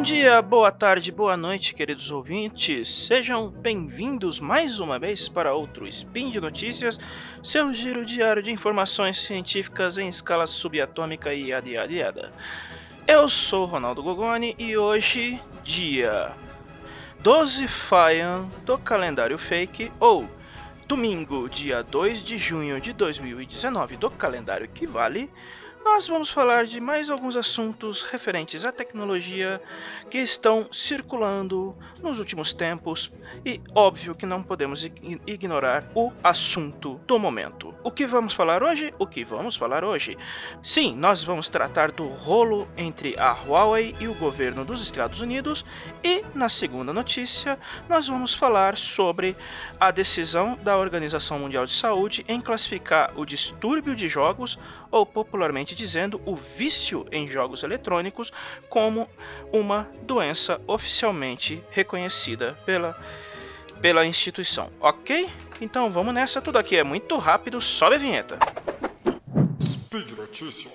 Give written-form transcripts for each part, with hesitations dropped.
dia, boa tarde, boa noite, queridos ouvintes. Sejam bem-vindos mais uma vez para outro Spin de Notícias, seu giro diário de informações científicas em escala subatômica e yada. Eu sou Ronaldo Gogoni e hoje, dia 12 Faian do calendário fake, ou domingo, dia 2 de junho de 2019 do calendário equivale, nós vamos falar de mais alguns assuntos referentes à tecnologia que estão circulando nos últimos tempos e óbvio que não podemos ignorar o assunto do momento. O que vamos falar hoje? Sim, nós vamos tratar do rolo entre a Huawei e o governo dos Estados Unidos e, na segunda notícia, nós vamos falar sobre a decisão da Organização Mundial de Saúde em classificar o distúrbio de jogos, ou popularmente dizendo, o vício em jogos eletrônicos, como uma doença oficialmente reconhecida pela instituição, ok? Então vamos nessa, tudo aqui é muito rápido, sobe a vinheta. Speed Notícias.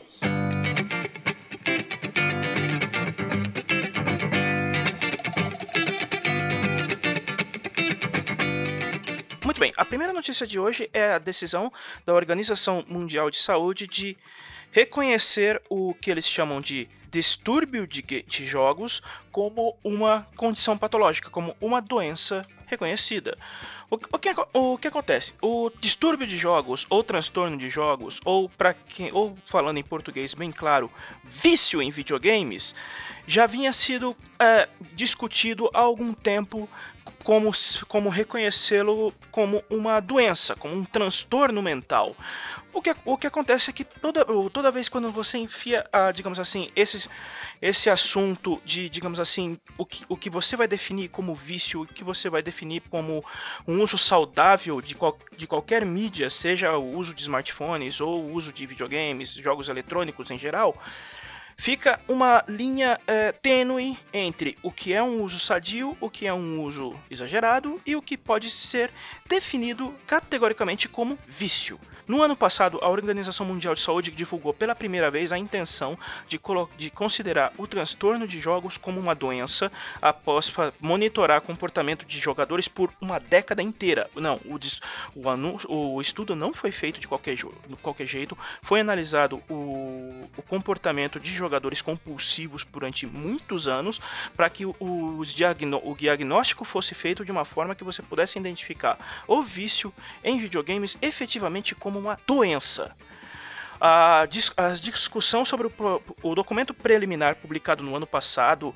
Muito bem, a primeira notícia de hoje é a decisão da Organização Mundial de Saúde de reconhecer o que eles chamam de distúrbio de jogos como uma condição patológica, como uma doença reconhecida. O que acontece? O distúrbio de jogos, ou transtorno de jogos, ou falando em português bem claro, vício em videogames, já vinha sido discutido há algum tempo como reconhecê-lo como uma doença, como um transtorno mental. O que acontece é que toda vez quando você enfia, digamos assim, esse assunto de, digamos assim, o que você vai definir como vício, o que você vai definir como um uso saudável de qualquer mídia, seja o uso de smartphones ou o uso de videogames, jogos eletrônicos em geral, fica uma linha tênue entre o que é um uso sadio, o que é um uso exagerado e o que pode ser definido categoricamente como vício. No ano passado, a Organização Mundial de Saúde divulgou pela primeira vez a intenção de considerar o transtorno de jogos como uma doença após monitorar o comportamento de jogadores por uma década inteira. Não, o estudo não foi feito de qualquer jeito, foi analisado o comportamento de jogadores compulsivos durante muitos anos para que o diagnóstico fosse feito de uma forma que você pudesse identificar o vício em videogames efetivamente como uma doença. A discussão sobre o documento preliminar publicado no ano passado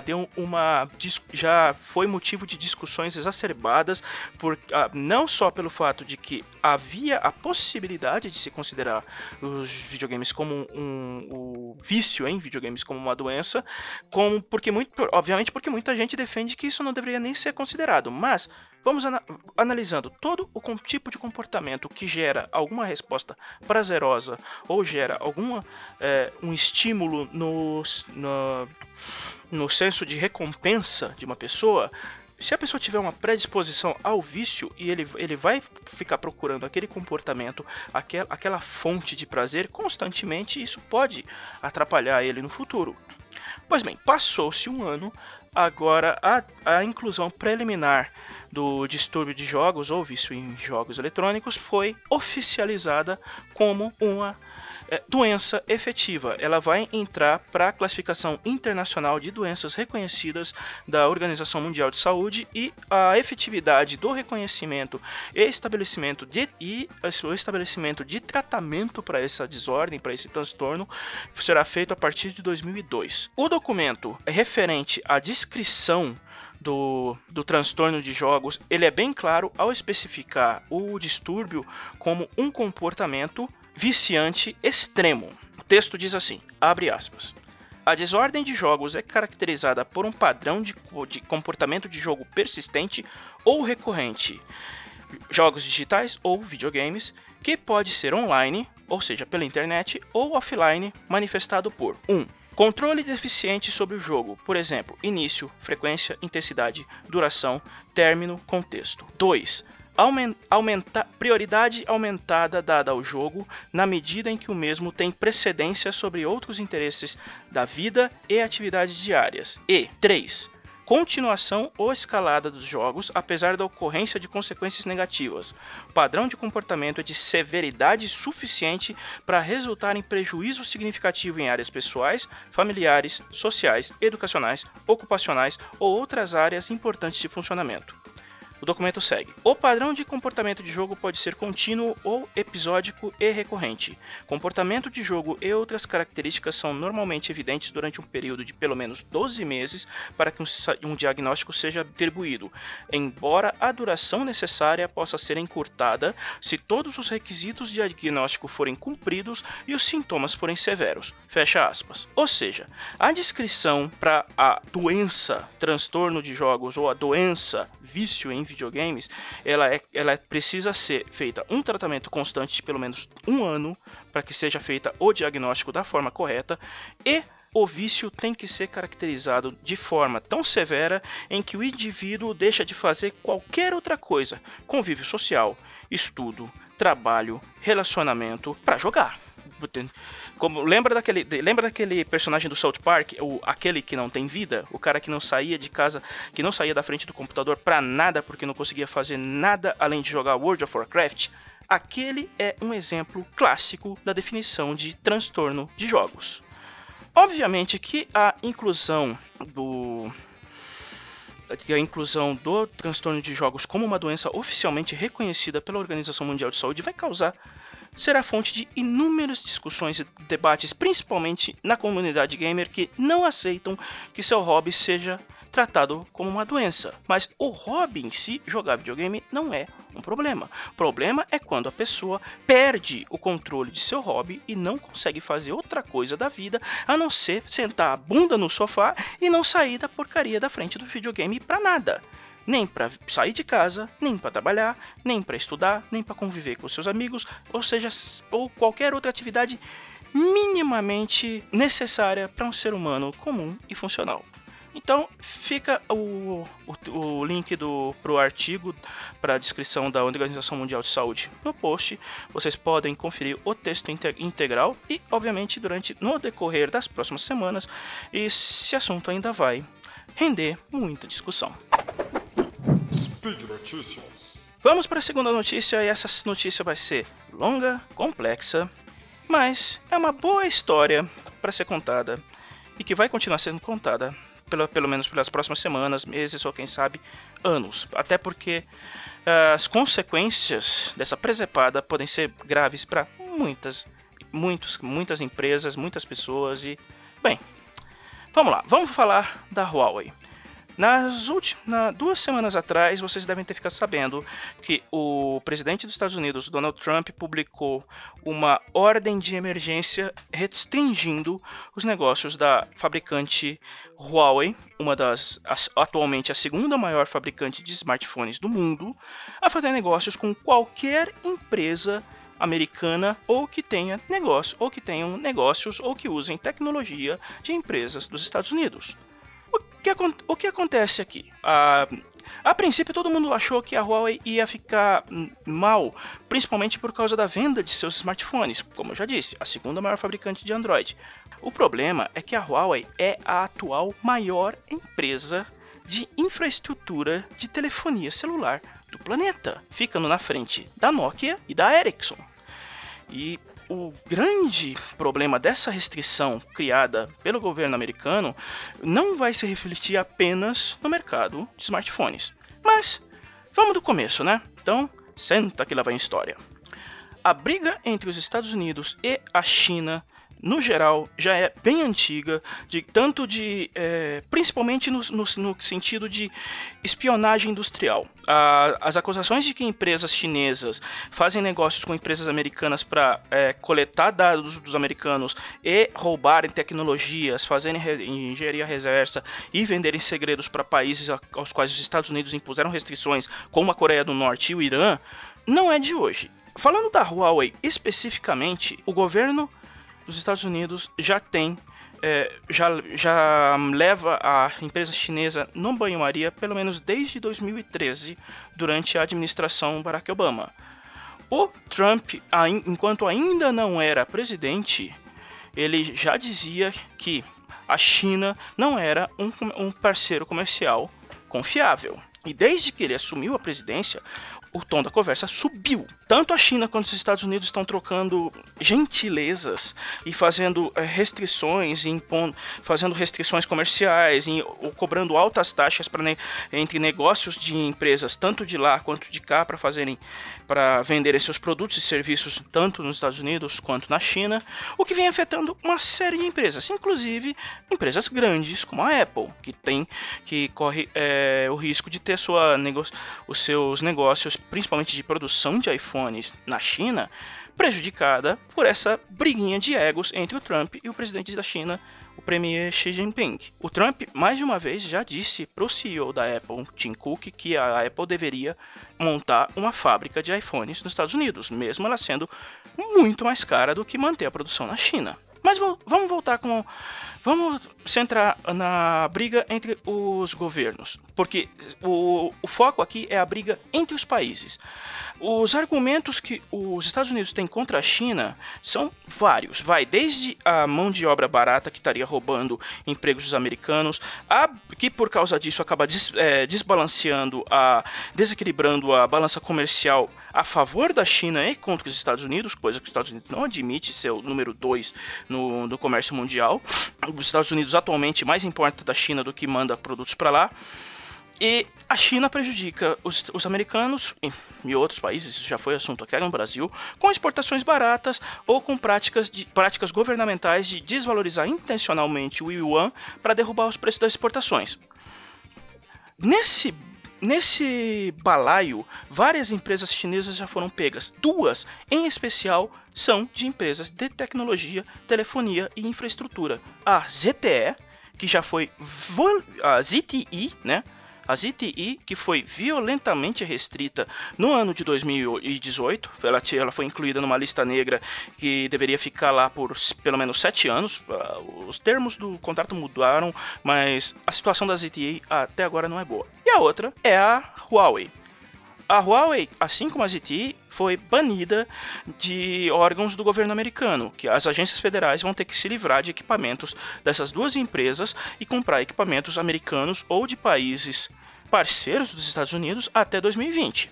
já foi motivo de discussões exacerbadas, não só pelo fato de que havia a possibilidade de se considerar os videogames como o vício em videogames como uma doença, obviamente porque muita gente defende que isso não deveria nem ser considerado, mas vamos analisando todo o tipo de comportamento que gera alguma resposta prazerosa ou gera um estímulo no senso de recompensa de uma pessoa. Se a pessoa tiver uma predisposição ao vício e ele vai ficar procurando aquele comportamento, aquela fonte de prazer constantemente, isso pode atrapalhar ele no futuro. Pois bem, passou-se um ano, agora a inclusão preliminar do distúrbio de jogos ou vício em jogos eletrônicos foi oficializada como uma doença efetiva. Ela vai entrar para a classificação internacional de doenças reconhecidas da Organização Mundial de Saúde, e a efetividade do reconhecimento e estabelecimento de tratamento para essa desordem, para esse transtorno, será feito a partir de 2002. O documento é referente à descrição do transtorno de jogos, ele é bem claro ao especificar o distúrbio como um comportamento viciante extremo. O texto diz assim, abre aspas: a desordem de jogos é caracterizada por um padrão de comportamento de jogo persistente ou recorrente, jogos digitais ou videogames, que pode ser online, ou seja, pela internet, ou offline, manifestado por 1. Controle deficiente sobre o jogo, por exemplo, início, frequência, intensidade, duração, término, contexto. 2. prioridade aumentada dada ao jogo na medida em que o mesmo tem precedência sobre outros interesses da vida e atividades diárias. E 3. Continuação ou escalada dos jogos, apesar da ocorrência de consequências negativas. O padrão de comportamento é de severidade suficiente para resultar em prejuízo significativo em áreas pessoais, familiares, sociais, educacionais, ocupacionais ou outras áreas importantes de funcionamento. O documento segue. O padrão de comportamento de jogo pode ser contínuo ou episódico e recorrente. Comportamento de jogo e outras características são normalmente evidentes durante um período de pelo menos 12 meses para que um diagnóstico seja atribuído, embora a duração necessária possa ser encurtada se todos os requisitos de diagnóstico forem cumpridos e os sintomas forem severos. Fecha aspas. Ou seja, a descrição para a doença, transtorno de jogos ou a doença, vício em videogames, ela precisa ser feita um tratamento constante de pelo menos 1 ano para que seja feita o diagnóstico da forma correta, e o vício tem que ser caracterizado de forma tão severa em que o indivíduo deixa de fazer qualquer outra coisa, convívio social, estudo, trabalho, relacionamento, para jogar. Lembra daquele personagem do South Park, aquele que não tem vida, o cara que não saía de casa, que não saía da frente do computador pra nada porque não conseguia fazer nada além de jogar World of Warcraft? Aquele é um exemplo clássico da definição de transtorno de jogos. Obviamente que a inclusão do transtorno de jogos como uma doença oficialmente reconhecida pela Organização Mundial de Saúde será fonte de inúmeras discussões e debates, principalmente na comunidade gamer, que não aceitam que seu hobby seja tratado como uma doença. Mas o hobby em si, jogar videogame, não é um problema. O problema é quando a pessoa perde o controle de seu hobby e não consegue fazer outra coisa da vida a não ser sentar a bunda no sofá e não sair da porcaria da frente do videogame pra nada. Nem para sair de casa, nem para trabalhar, nem para estudar, nem para conviver com seus amigos, ou qualquer outra atividade minimamente necessária para um ser humano comum e funcional. Então fica o link pro artigo, para a descrição da Organização Mundial de Saúde no post. Vocês podem conferir o texto integral e, obviamente, no decorrer das próximas semanas, esse assunto ainda vai render muita discussão. Speed Notícias. Vamos para a segunda notícia, e essa notícia vai ser longa, complexa, mas é uma boa história para ser contada e que vai continuar sendo contada pelo menos pelas próximas semanas, meses ou quem sabe anos. Até porque as consequências dessa presepada podem ser graves para muitas empresas, muitas pessoas e... Bem, vamos lá, vamos falar da Huawei. 2 semanas atrás, vocês devem ter ficado sabendo que o presidente dos Estados Unidos, Donald Trump, publicou uma ordem de emergência restringindo os negócios da fabricante Huawei, atualmente a segunda maior fabricante de smartphones do mundo, a fazer negócios com qualquer empresa americana ou que tenham negócios ou que usem tecnologia de empresas dos Estados Unidos. O que acontece aqui? A princípio todo mundo achou que a Huawei ia ficar mal, principalmente por causa da venda de seus smartphones, como eu já disse, a segunda maior fabricante de Android. O problema é que a Huawei é a atual maior empresa de infraestrutura de telefonia celular do planeta, ficando na frente da Nokia e da Ericsson. E o grande problema dessa restrição criada pelo governo americano não vai se refletir apenas no mercado de smartphones. Mas vamos do começo, né? Então, senta que lá vai a história. A briga entre os Estados Unidos e a China, no geral, já é bem antiga, principalmente no sentido de espionagem industrial. As acusações de que empresas chinesas fazem negócios com empresas americanas para coletar dados dos americanos e roubarem tecnologias, fazerem engenharia reversa e venderem segredos para países aos quais os Estados Unidos impuseram restrições, como a Coreia do Norte e o Irã, não é de hoje. Falando da Huawei especificamente, o governo dos Estados Unidos já tem já leva a empresa chinesa no banho-maria pelo menos desde 2013, durante a administração Barack Obama. O Trump, enquanto ainda não era presidente, ele já dizia que a China não era um parceiro comercial confiável. E desde que ele assumiu a presidência, o tom da conversa subiu. Tanto a China quanto os Estados Unidos estão trocando gentilezas e fazendo restrições, fazendo restrições comerciais, ou cobrando altas taxas entre negócios de empresas, tanto de lá quanto de cá, para venderem seus produtos e serviços tanto nos Estados Unidos quanto na China, o que vem afetando uma série de empresas, inclusive empresas grandes como a Apple, que corre o risco de ter os seus negócios, principalmente de produção de iPhones na China, prejudicada por essa briguinha de egos entre o Trump e o presidente da China, o premier Xi Jinping. O Trump, mais de uma vez, já disse para o CEO da Apple, Tim Cook, que a Apple deveria montar uma fábrica de iPhones nos Estados Unidos, mesmo ela sendo muito mais cara do que manter a produção na China. Mas vamos centrar na briga entre os governos, porque o foco aqui é a briga entre os países. Os argumentos que os Estados Unidos têm contra a China são vários. Vai desde a mão de obra barata que estaria roubando empregos dos americanos, que por causa disso acaba desequilibrando a balança comercial a favor da China e contra os Estados Unidos, coisa que os Estados Unidos não admite ser o número 2 no comércio mundial. Os Estados Unidos atualmente mais importa da China do que manda produtos para lá. E a China prejudica os americanos e outros países, isso já foi assunto aqui no Brasil, com exportações baratas ou com práticas governamentais de desvalorizar intencionalmente o yuan para derrubar os preços das exportações. Nesse balaio, várias empresas chinesas já foram pegas. 2, em especial, são de empresas de tecnologia, telefonia e infraestrutura. A ZTE, que já foi a ZTE, né? A ZTE, que foi violentamente restrita no ano de 2018, ela foi incluída numa lista negra que deveria ficar lá por pelo menos 7 anos. Os termos do contrato mudaram, mas a situação da ZTE até agora não é boa. E a outra é a Huawei. A Huawei, assim como a ZTE, foi banida de órgãos do governo americano, que as agências federais vão ter que se livrar de equipamentos dessas duas empresas e comprar equipamentos americanos ou de países parceiros dos Estados Unidos até 2020.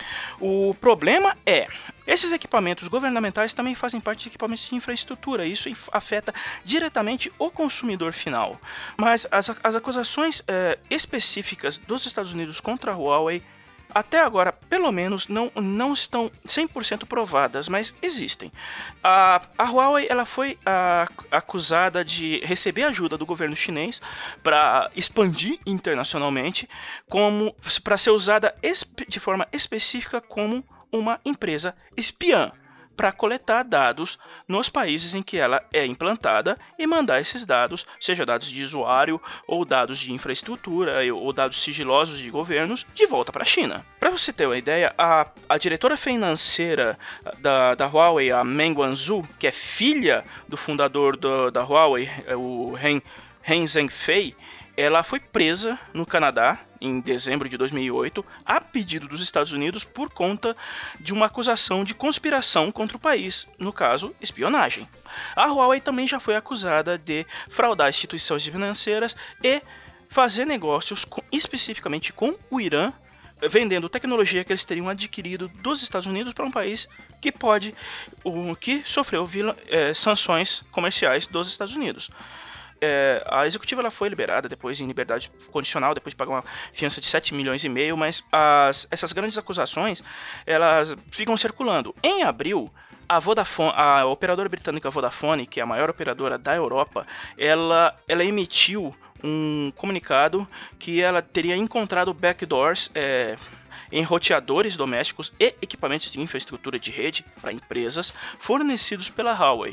O problema é, esses equipamentos governamentais também fazem parte de equipamentos de infraestrutura, e isso afeta diretamente o consumidor final. Mas as acusações específicas dos Estados Unidos contra a Huawei até agora, pelo menos, não estão 100% provadas, mas existem. A Huawei ela foi acusada de receber ajuda do governo chinês para expandir internacionalmente, para ser usada de forma específica como uma empresa espiã, para coletar dados nos países em que ela é implantada e mandar esses dados, seja dados de usuário, ou dados de infraestrutura, ou dados sigilosos de governos, de volta para a China. Para você ter uma ideia, a diretora financeira da Huawei, a Meng Wanzhou, que é filha do fundador da Huawei, o Ren Zhengfei, ela foi presa no Canadá em dezembro de 2008, a pedido dos Estados Unidos, por conta de uma acusação de conspiração contra o país, no caso, espionagem. A Huawei também já foi acusada de fraudar instituições financeiras e fazer negócios especificamente com o Irã, vendendo tecnologia que eles teriam adquirido dos Estados Unidos para um país que sofreu sanções comerciais dos Estados Unidos. A executiva ela foi liberada depois em liberdade condicional, depois de pagar uma fiança de 7,5 milhões, mas essas grandes acusações elas ficam circulando. Em abril, a operadora britânica Vodafone, que é a maior operadora da Europa, ela emitiu um comunicado que ela teria encontrado backdoors em roteadores domésticos e equipamentos de infraestrutura de rede para empresas fornecidos pela Huawei.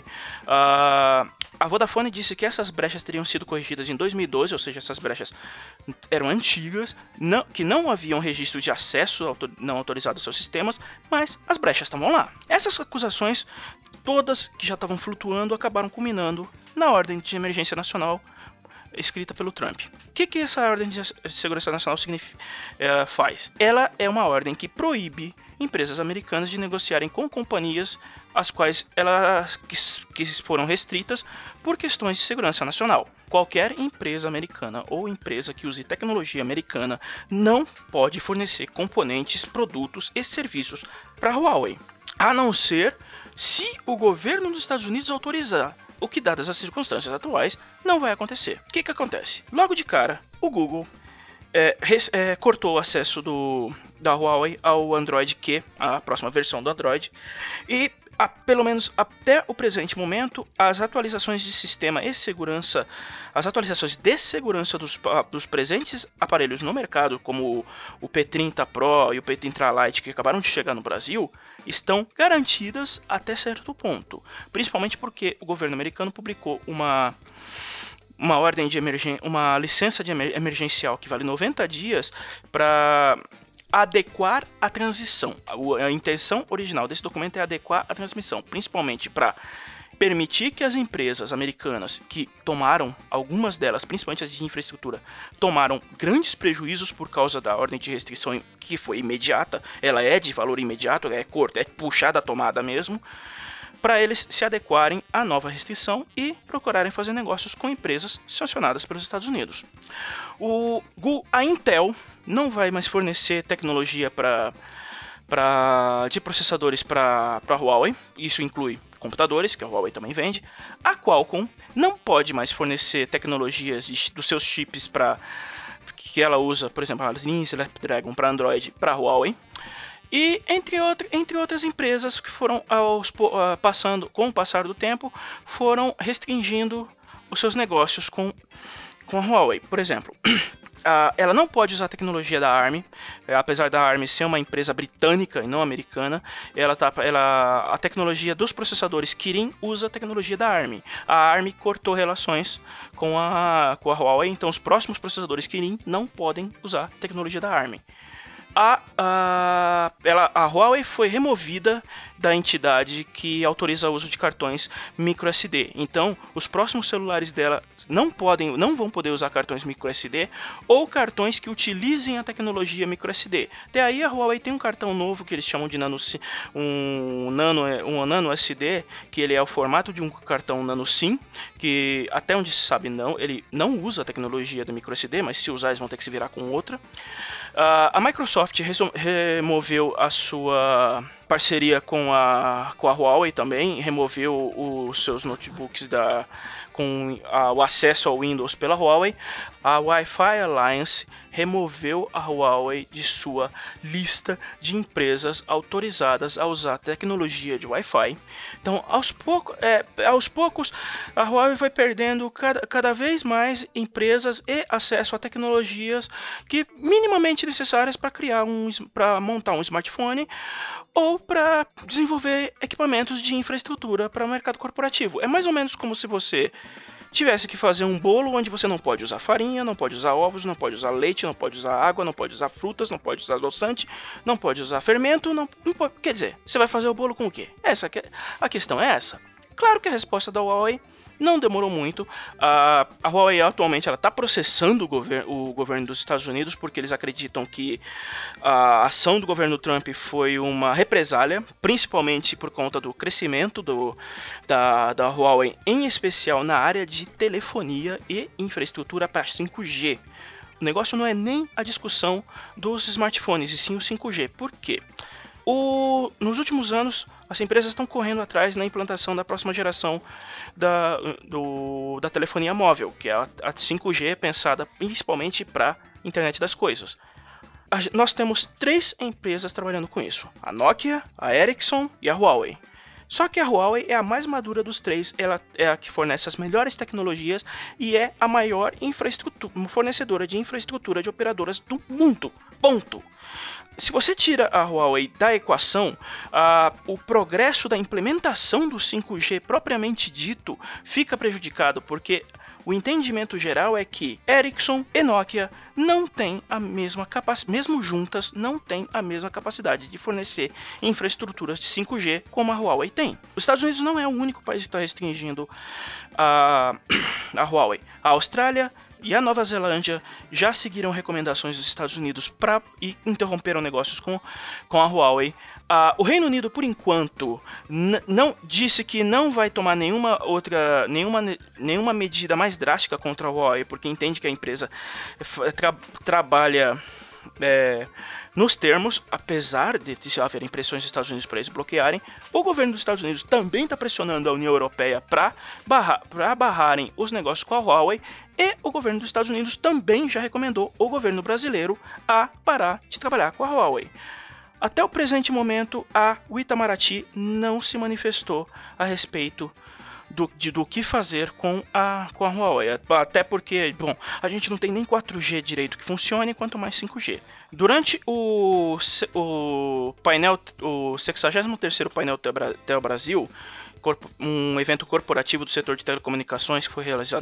A Vodafone disse que essas brechas teriam sido corrigidas em 2012, ou seja, essas brechas eram antigas, que não haviam registro de acesso não autorizado aos seus sistemas, mas as brechas estavam lá. Essas acusações todas que já estavam flutuando acabaram culminando na Ordem de Emergência Nacional escrita pelo Trump. O que essa Ordem de Segurança Nacional faz? Ela é uma ordem que proíbe empresas americanas de negociarem com companhias as quais elas que foram restritas por questões de segurança nacional. Qualquer empresa americana ou empresa que use tecnologia americana não pode fornecer componentes, produtos e serviços para a Huawei, a não ser se o governo dos Estados Unidos autorizar, o que, dadas as circunstâncias atuais, não vai acontecer. O que acontece? Logo de cara, o Google cortou o acesso da Huawei ao Android Q, a próxima versão do Android, e pelo menos até o presente momento, as atualizações de sistema e segurança, as atualizações de segurança dos presentes aparelhos no mercado, como o P30 Pro e o P30 Lite, que acabaram de chegar no Brasil, estão garantidas até certo ponto. Principalmente porque o governo americano publicou uma ordem de uma licença de emergencial que vale 90 dias para adequar a transição. A intenção original desse documento é adequar a transmissão, principalmente para permitir que as empresas americanas que tomaram, algumas delas, principalmente as de infraestrutura, tomaram grandes prejuízos por causa da ordem de restrição que foi imediata, ela é de valor imediato, é puxada a tomada mesmo, para eles se adequarem à nova restrição e procurarem fazer negócios com empresas sancionadas pelos Estados Unidos. A Intel não vai mais fornecer tecnologia de processadores para a Huawei, isso inclui computadores, que a Huawei também vende. A Qualcomm não pode mais fornecer tecnologias dos seus chips que ela usa, por exemplo, a linha Snapdragon para Android para a Huawei. E entre outras empresas que foram com o passar do tempo, foram restringindo os seus negócios com a Huawei. Por exemplo, ela não pode usar a tecnologia da ARM, apesar da ARM ser uma empresa britânica e não americana. A tecnologia dos processadores Kirin usa a tecnologia da ARM. A ARM cortou relações com a Huawei, então os próximos processadores Kirin não podem usar a tecnologia da ARM. A Huawei foi removida da entidade que autoriza o uso de cartões microSD. Então, os próximos celulares dela não vão poder usar cartões microSD ou cartões que utilizem a tecnologia microSD. Daí a Huawei tem um cartão novo que eles chamam de um Nano SD, que ele é o formato de um cartão Nano SIM, que até onde se sabe ele não usa a tecnologia do microSD, mas se usar eles vão ter que se virar com outra. A Microsoft removeu a sua parceria com a Huawei também, removeu os seus notebooks com o acesso ao Windows pela Huawei. A Wi-Fi Alliance removeu a Huawei de sua lista de empresas autorizadas a usar tecnologia de Wi-Fi. Então, aos poucos, a Huawei vai perdendo cada vez mais empresas e acesso a tecnologias que minimamente necessárias para montar um smartphone ou para desenvolver equipamentos de infraestrutura para o mercado corporativo. É mais ou menos como se você tivesse que fazer um bolo onde você não pode usar farinha, não pode usar ovos, não pode usar leite, não pode usar água, não pode usar frutas, não pode usar adoçante, não pode usar fermento, não pode, quer dizer, você vai fazer o bolo com o quê? A questão é essa. Claro que a resposta da Huawei não demorou muito. A Huawei atualmente está processando o governo dos Estados Unidos porque eles acreditam que a ação do governo Trump foi uma represália, principalmente por conta do crescimento da Huawei, em especial na área de telefonia e infraestrutura para 5G. O negócio não é nem a discussão dos smartphones, e sim o 5G. Por quê? Nos últimos anos, as empresas estão correndo atrás na implantação da próxima geração da telefonia móvel, que é a 5G, pensada principalmente para a internet das coisas. Nós temos 3 empresas trabalhando com isso: a Nokia, a Ericsson e a Huawei. Só que a Huawei é a mais madura dos 3, ela é a que fornece as melhores tecnologias e é a maior fornecedora de infraestrutura de operadoras do mundo. Ponto. Se você tira a Huawei da equação, o progresso da implementação do 5G propriamente dito fica prejudicado, porque o entendimento geral é que Ericsson e Nokia não têm a mesma capacidade, mesmo juntas, não têm a mesma capacidade de fornecer infraestruturas de 5G como a Huawei tem. Os Estados Unidos não é o único país que está restringindo a Huawei. A Austrália e a Nova Zelândia já seguiram recomendações dos Estados Unidos e interromperam negócios com a Huawei. O Reino Unido, por enquanto, não disse que não vai tomar nenhuma medida mais drástica contra a Huawei, porque entende que a empresa trabalha nos termos, apesar de haverem pressões dos Estados Unidos para eles bloquearem. O governo dos Estados Unidos também está pressionando a União Europeia para barrarem os negócios com a Huawei, e o governo dos Estados Unidos também já recomendou o governo brasileiro a parar de trabalhar com a Huawei. Até o presente momento, o Itamaraty não se manifestou a respeito do que fazer com a Huawei. Até porque, bom, a gente não tem nem 4G direito que funcione, quanto mais 5G. Durante o 63º painel Tel Brasil, um evento corporativo do setor de telecomunicações que foi realizado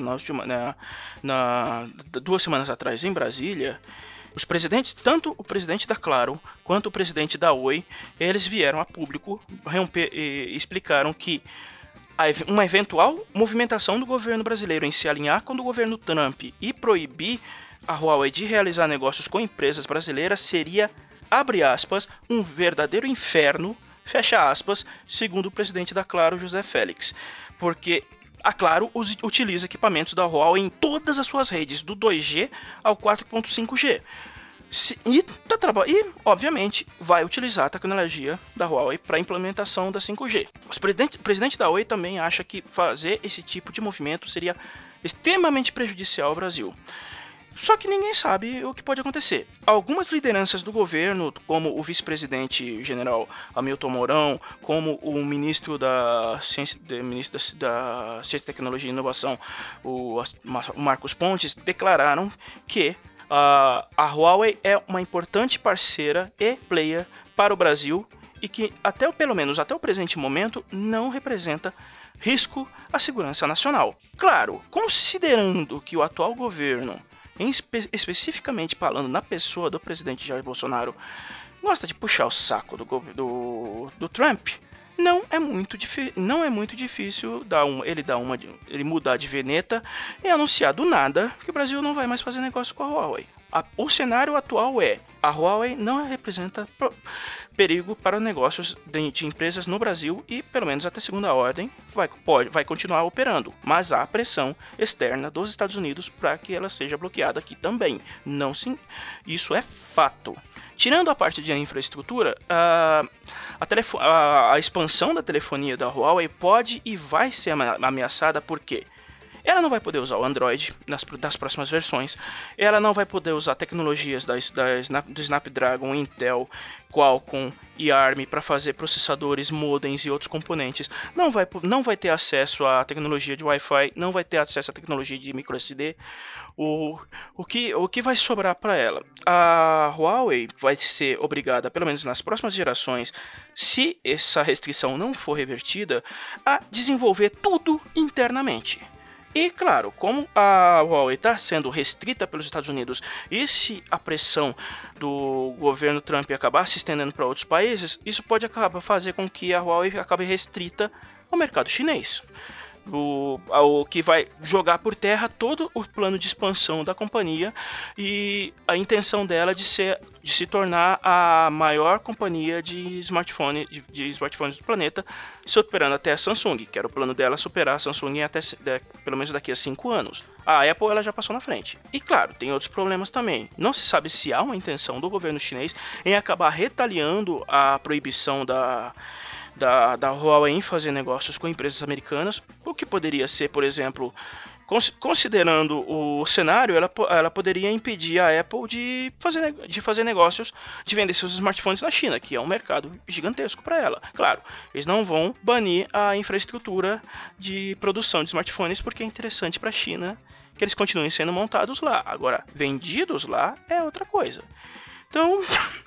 2 semanas atrás em Brasília, os presidentes, tanto o presidente da Claro quanto o presidente da Oi, eles vieram a público e explicaram que uma eventual movimentação do governo brasileiro em se alinhar com o governo Trump e proibir a Huawei de realizar negócios com empresas brasileiras seria, abre aspas, um verdadeiro inferno, fecha aspas, segundo o presidente da Claro, José Félix, porque a Claro utiliza equipamentos da Huawei em todas as suas redes, do 2G ao 4.5G. E, obviamente, vai utilizar a tecnologia da Huawei para a implementação da 5G. O presidente da Oi também acha que fazer esse tipo de movimento seria extremamente prejudicial ao Brasil. Só que ninguém sabe o que pode acontecer. Algumas lideranças do governo, como o vice-presidente general Hamilton Mourão, como o ministro da Ciência, Tecnologia e Inovação, o Marcos Pontes, declararam que a Huawei é uma importante parceira e player para o Brasil e que, pelo menos até o presente momento, não representa risco à segurança nacional. Claro, considerando que o atual governo, especificamente falando na pessoa do presidente Jair Bolsonaro, gosta de puxar o saco do Trump, não é muito difícil ele mudar de veneta e anunciar do nada que o Brasil não vai mais fazer negócio com a Huawei. O cenário atual a Huawei não representa perigo para negócios de empresas no Brasil e, pelo menos até segunda ordem, vai continuar operando. Mas há pressão externa dos Estados Unidos para que ela seja bloqueada aqui também. Isso é fato. Tirando a parte de infraestrutura, a expansão da telefonia da Huawei pode e vai ser ameaçada porque ela não vai poder usar o Android das próximas versões, ela não vai poder usar tecnologias do Snapdragon, Intel, Qualcomm e ARM para fazer processadores, modems e outros componentes, não vai ter acesso à tecnologia de Wi-Fi, não vai ter acesso à tecnologia de microSD. O que vai sobrar para ela? A Huawei vai ser obrigada, pelo menos nas próximas gerações, se essa restrição não for revertida, a desenvolver tudo internamente. E claro, como a Huawei está sendo restrita pelos Estados Unidos e se a pressão do governo Trump acabar se estendendo para outros países, isso pode fazer com que a Huawei acabe restrita ao mercado chinês. O que vai jogar por terra todo o plano de expansão da companhia e a intenção dela de se tornar a maior companhia de smartphones do planeta, superando até a Samsung, que era o plano dela superar a Samsung pelo menos daqui a 5 anos. A Apple ela já passou na frente. E claro, tem outros problemas também. Não se sabe se há uma intenção do governo chinês em acabar retaliando a proibição da Huawei em fazer negócios com empresas americanas, o que poderia ser, por exemplo, considerando o cenário, ela poderia impedir a Apple de fazer negócios, de vender seus smartphones na China, que é um mercado gigantesco para ela. Claro, eles não vão banir a infraestrutura de produção de smartphones, porque é interessante para a China que eles continuem sendo montados lá. Agora, vendidos lá é outra coisa. Então,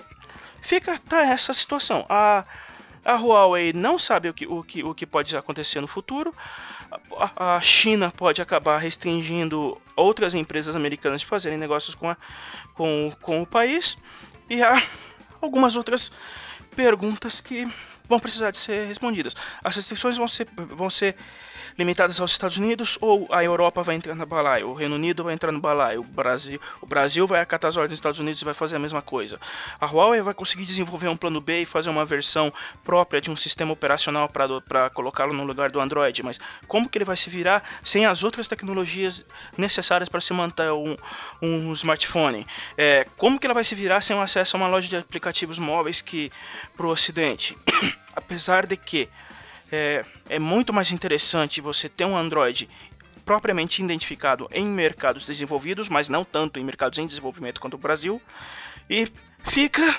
tá essa situação. A Huawei não sabe o que pode acontecer no futuro. a China pode acabar restringindo outras empresas americanas de fazerem negócios com o país, e há algumas outras perguntas que vão precisar de ser respondidas. As restrições vão ser limitadas aos Estados Unidos, ou a Europa vai entrar no balaio, o Reino Unido vai entrar no balaio, o Brasil vai acatar as ordens dos Estados Unidos e vai fazer a mesma coisa. A Huawei vai conseguir desenvolver um plano B e fazer uma versão própria de um sistema operacional para colocá-lo no lugar do Android, mas como que ele vai se virar sem as outras tecnologias necessárias para se manter um smartphone? Como que ela vai se virar sem o acesso a uma loja de aplicativos móveis para o Ocidente? Apesar de que é muito mais interessante você ter um Android propriamente identificado em mercados desenvolvidos, mas não tanto em mercados em desenvolvimento quanto o Brasil, e fica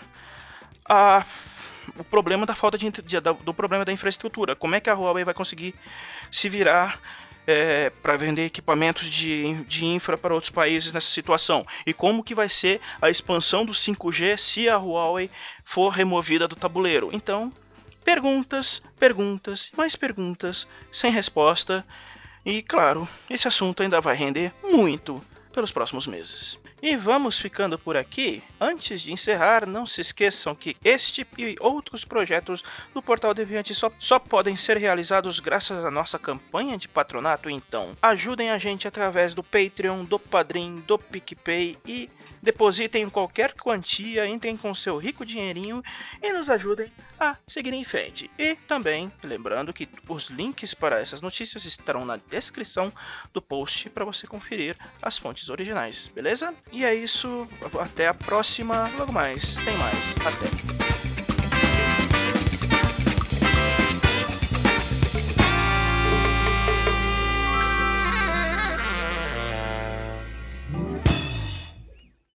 o problema da falta do problema da infraestrutura. Como é que a Huawei vai conseguir se virar para vender equipamentos de infra para outros países nessa situação? E como que vai ser a expansão do 5G se a Huawei for removida do tabuleiro? Então, perguntas, mais perguntas, sem resposta. E claro, esse assunto ainda vai render muito pelos próximos meses. E vamos ficando por aqui. Antes de encerrar, não se esqueçam que este e outros projetos do Portal Deviante só podem ser realizados graças à nossa campanha de patronato. Então, ajudem a gente através do Patreon, do Padrim, do PicPay e depositem qualquer quantia, entrem com seu rico dinheirinho e nos ajudem a seguir em frente. E também, lembrando que os links para essas notícias estarão na descrição do post para você conferir as fontes originais, beleza? E é isso, até a próxima, logo mais, tem mais, até!